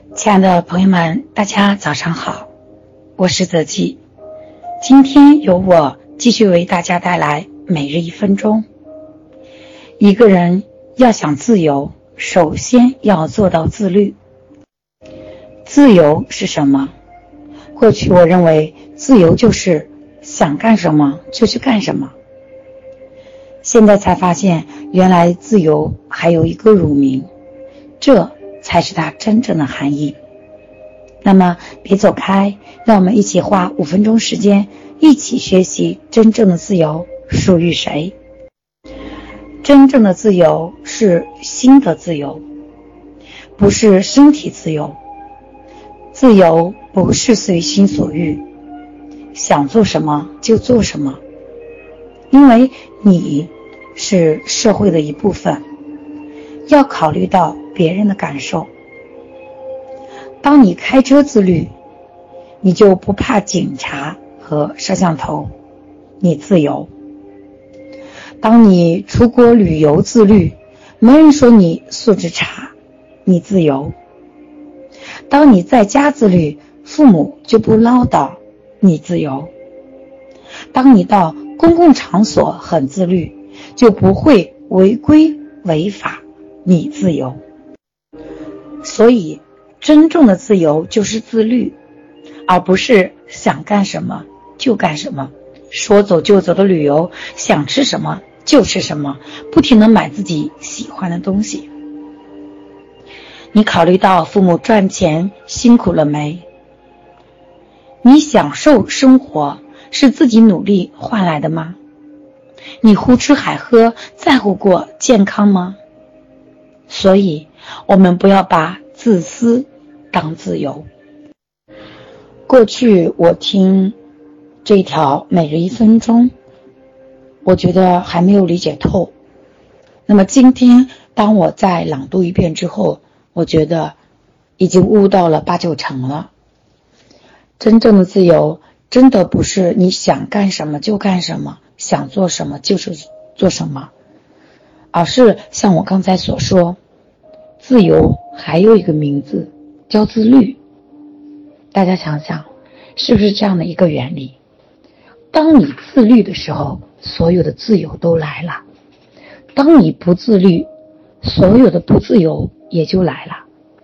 亲爱的朋友们，大家早上好，我是泽记。今天由我继续为大家带来每日1分钟。一个人要想自由，首先要做到自律。自由是什么？过去我认为自由就是想干什么就去干什么，现在才发现原来自由还有一个乳名，这才是它真正的含义。那么别走开，让我们一起花5分钟时间，一起学习真正的自由属于谁。真正的自由是心的自由，不是身体自由。自由不是随心所欲，想做什么就做什么，因为你是社会的一部分，要考虑到别人的感受。当你开车自律，你就不怕警察和摄像头，你自由。当你出国旅游自律，没人说你素质差，你自由。当你在家自律，父母就不唠叨，你自由。当你到公共场所很自律，就不会违规违法，你自由。所以真正的自由就是自律，而不是想干什么就干什么，说走就走的旅游，想吃什么就吃什么，不停地买自己喜欢的东西。你考虑到父母赚钱辛苦了没？你享受生活是自己努力换来的吗？你胡吃海喝在乎过健康吗？所以我们不要把自私当自由。过去我听这条每日1分钟，我觉得还没有理解透。那么今天当我再朗读一遍之后，我觉得已经悟到了8、9成了。真正的自由真的不是你想干什么就干什么，想做什么就是做什么，而是像我刚才所说，自由还有一个名字叫自律。大家想想，是不是这样的一个原理？当你自律的时候，所有的自由都来了；当你不自律，所有的不自由也就来了。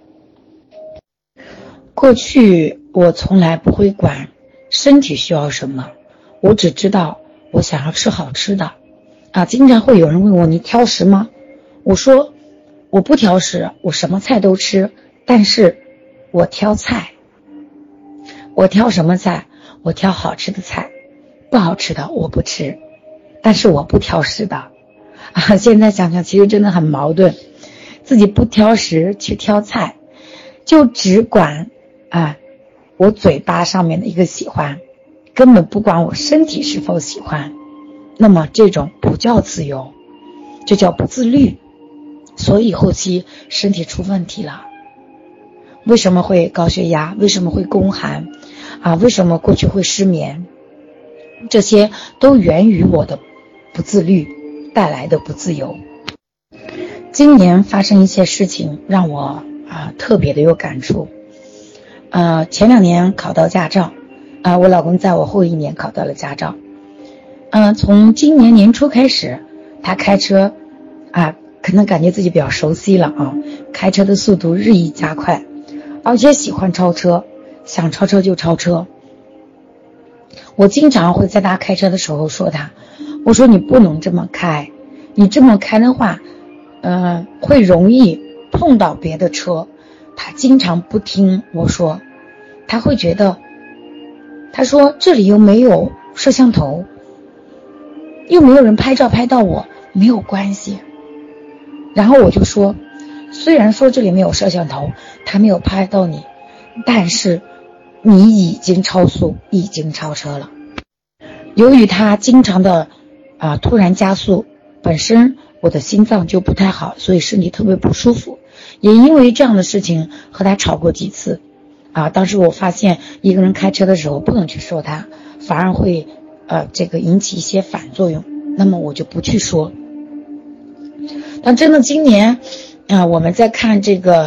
过去我从来不会管身体需要什么，我只知道我想要吃好吃的经常会有人问我，你挑食吗？我说我不挑食，我什么菜都吃，但是我挑菜。我挑什么菜？我挑好吃的菜，不好吃的我不吃，但是我不挑食的现在想想其实真的很矛盾，自己不挑食去挑菜，就只管我嘴巴上面的一个喜欢，根本不管我身体是否喜欢，那么这种不叫自由，这叫不自律。所以后期身体出问题了。为什么会高血压？为什么会宫寒为什么过去会失眠？这些都源于我的不自律带来的不自由。今年发生一些事情让我特别的有感触。前2年考到驾照我老公在我后1年考到了驾照。从今年年初开始，他开车可能感觉自己比较熟悉了开车的速度日益加快，而且喜欢超车，想超车就超车。我经常会在他开车的时候说他，我说你不能这么开，你这么开的话会容易碰到别的车。他经常不听我说，他会觉得，他说这里又没有摄像头，又没有人拍照拍到我，没有关系。然后我就说，虽然说这里没有摄像头，他没有拍到你，但是你已经超速，已经超车了。由于他经常的突然加速，本身我的心脏就不太好，所以身体特别不舒服。也因为这样的事情和他吵过几次当时我发现一个人开车的时候不能去说他，反而会引起一些反作用，那么我就不去说。但真的今年我们在看这个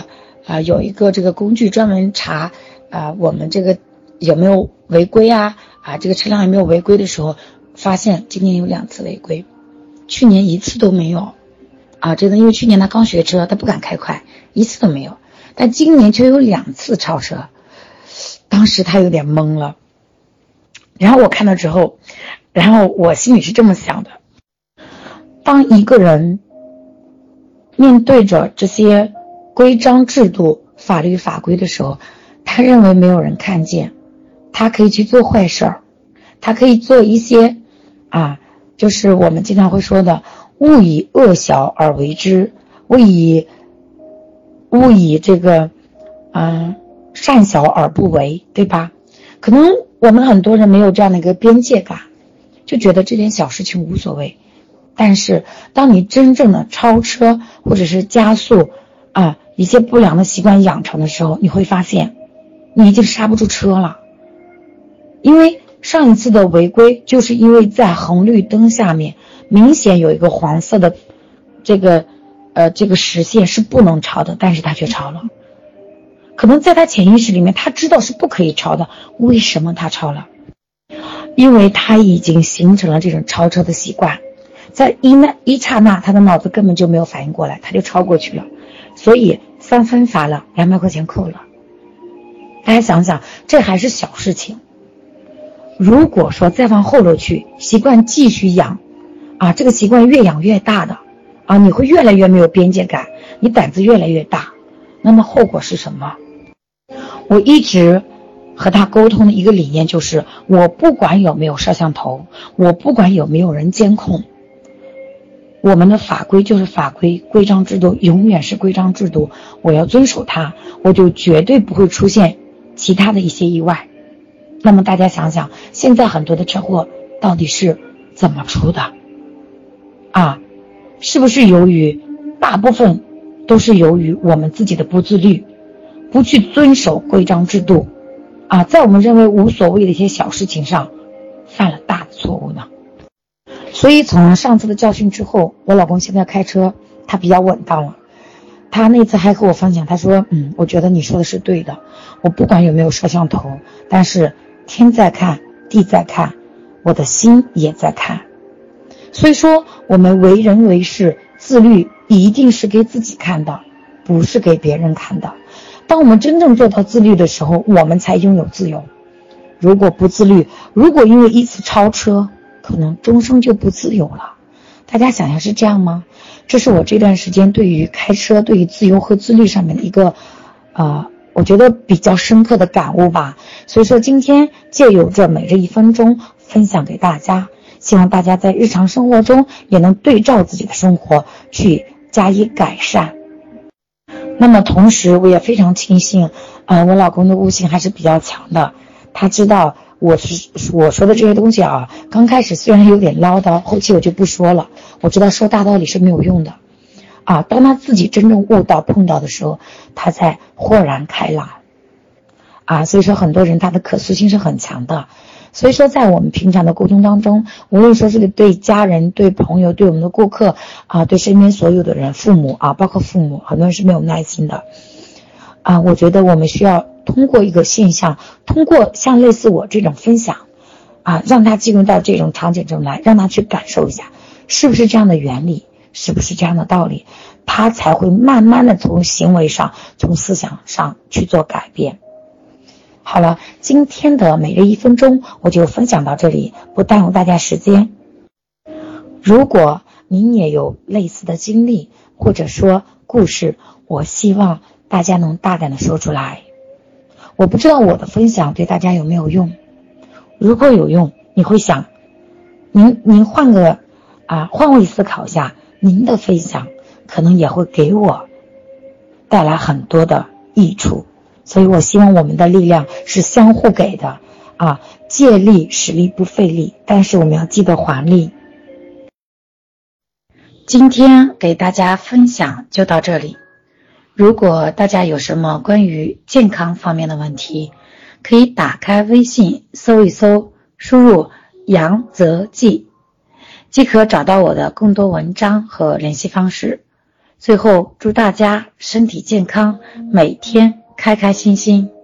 有一个这个工具专门查我们这个有没有违规这个车辆有没有违规的时候，发现今年有2次违规，去年1次都没有真的，因为去年他刚学车，他不敢开快，1次都没有，但今年却有2次超车，当时他有点懵了。然后我看到之后，然后我心里是这么想的，当一个人面对着这些规章制度、法律法规的时候，他认为没有人看见，他可以去做坏事儿，他可以做一些就是我们经常会说的勿以恶小而为之，勿以这个善小而不为，对吧？可能我们很多人没有这样的一个边界感，就觉得这点小事情无所谓。但是当你真正的超车或者是加速一些不良的习惯养成的时候，你会发现你已经刹不住车了。因为上一次的违规就是因为在红绿灯下面明显有一个黄色的这个实线是不能超的，但是他却超了。可能在他潜意识里面他知道是不可以超的，为什么他超了？因为他已经形成了这种超车的习惯，在一刹那他的脑子根本就没有反应过来，他就超过去了，所以3分罚了，200块钱扣了。大家想想，这还是小事情，如果说再往后头去，习惯继续养这个习惯越养越大的你会越来越没有边界感，你胆子越来越大，那么后果是什么？我一直和他沟通的一个理念就是，我不管有没有摄像头，我不管有没有人监控，我们的法规就是法规，规章制度永远是规章制度，我要遵守它，我就绝对不会出现其他的一些意外。那么大家想想，现在很多的车祸到底是怎么出的是不是由于大部分都是由于我们自己的不自律，不去遵守规章制度在我们认为无所谓的一些小事情上犯了大的错误呢？所以从上次的教训之后，我老公现在开车他比较稳当了。他那次还和我分享，他说我觉得你说的是对的，我不管有没有摄像头，但是天在看地在看，我的心也在看。所以说我们为人为事自律一定是给自己看的，不是给别人看的。当我们真正做到自律的时候，我们才拥有自由。如果不自律，如果因为一次超车，可能终生就不自由了。大家想想是这样吗？这是我这段时间对于开车、对于自由和自律上面的一个我觉得比较深刻的感悟吧。所以说今天借由这每日1分钟分享给大家，希望大家在日常生活中也能对照自己的生活去加以改善。那么同时我也非常庆幸我老公的悟性还是比较强的，他知道我说的这些东西刚开始虽然有点唠叨，后期我就不说了，我知道说大道理是没有用的当他自己真正悟到碰到的时候，他才豁然开朗所以说很多人他的可塑性是很强的。所以说在我们平常的沟通当中，无论说是对家人、对朋友、对我们的顾客对身边所有的人，父母包括父母，很多人是没有耐心的我觉得我们需要通过一个现象，通过像类似我这种分享让他进入到这种场景中来，让他去感受一下是不是这样的原理，是不是这样的道理，他才会慢慢的从行为上、从思想上去做改变。好了，今天的每日1分钟我就分享到这里，不耽误大家时间。如果您也有类似的经历或者说故事，我希望大家能大胆的说出来。我不知道我的分享对大家有没有用，如果有用，你会想您换位思考一下，您的分享可能也会给我带来很多的益处。所以我希望我们的力量是相互给的借力使力不费力，但是我们要记得还力。今天给大家分享就到这里，如果大家有什么关于健康方面的问题，可以打开微信搜一搜，输入杨泽记，即可找到我的更多文章和联系方式。 最后祝大家身体健康，每天开开心心。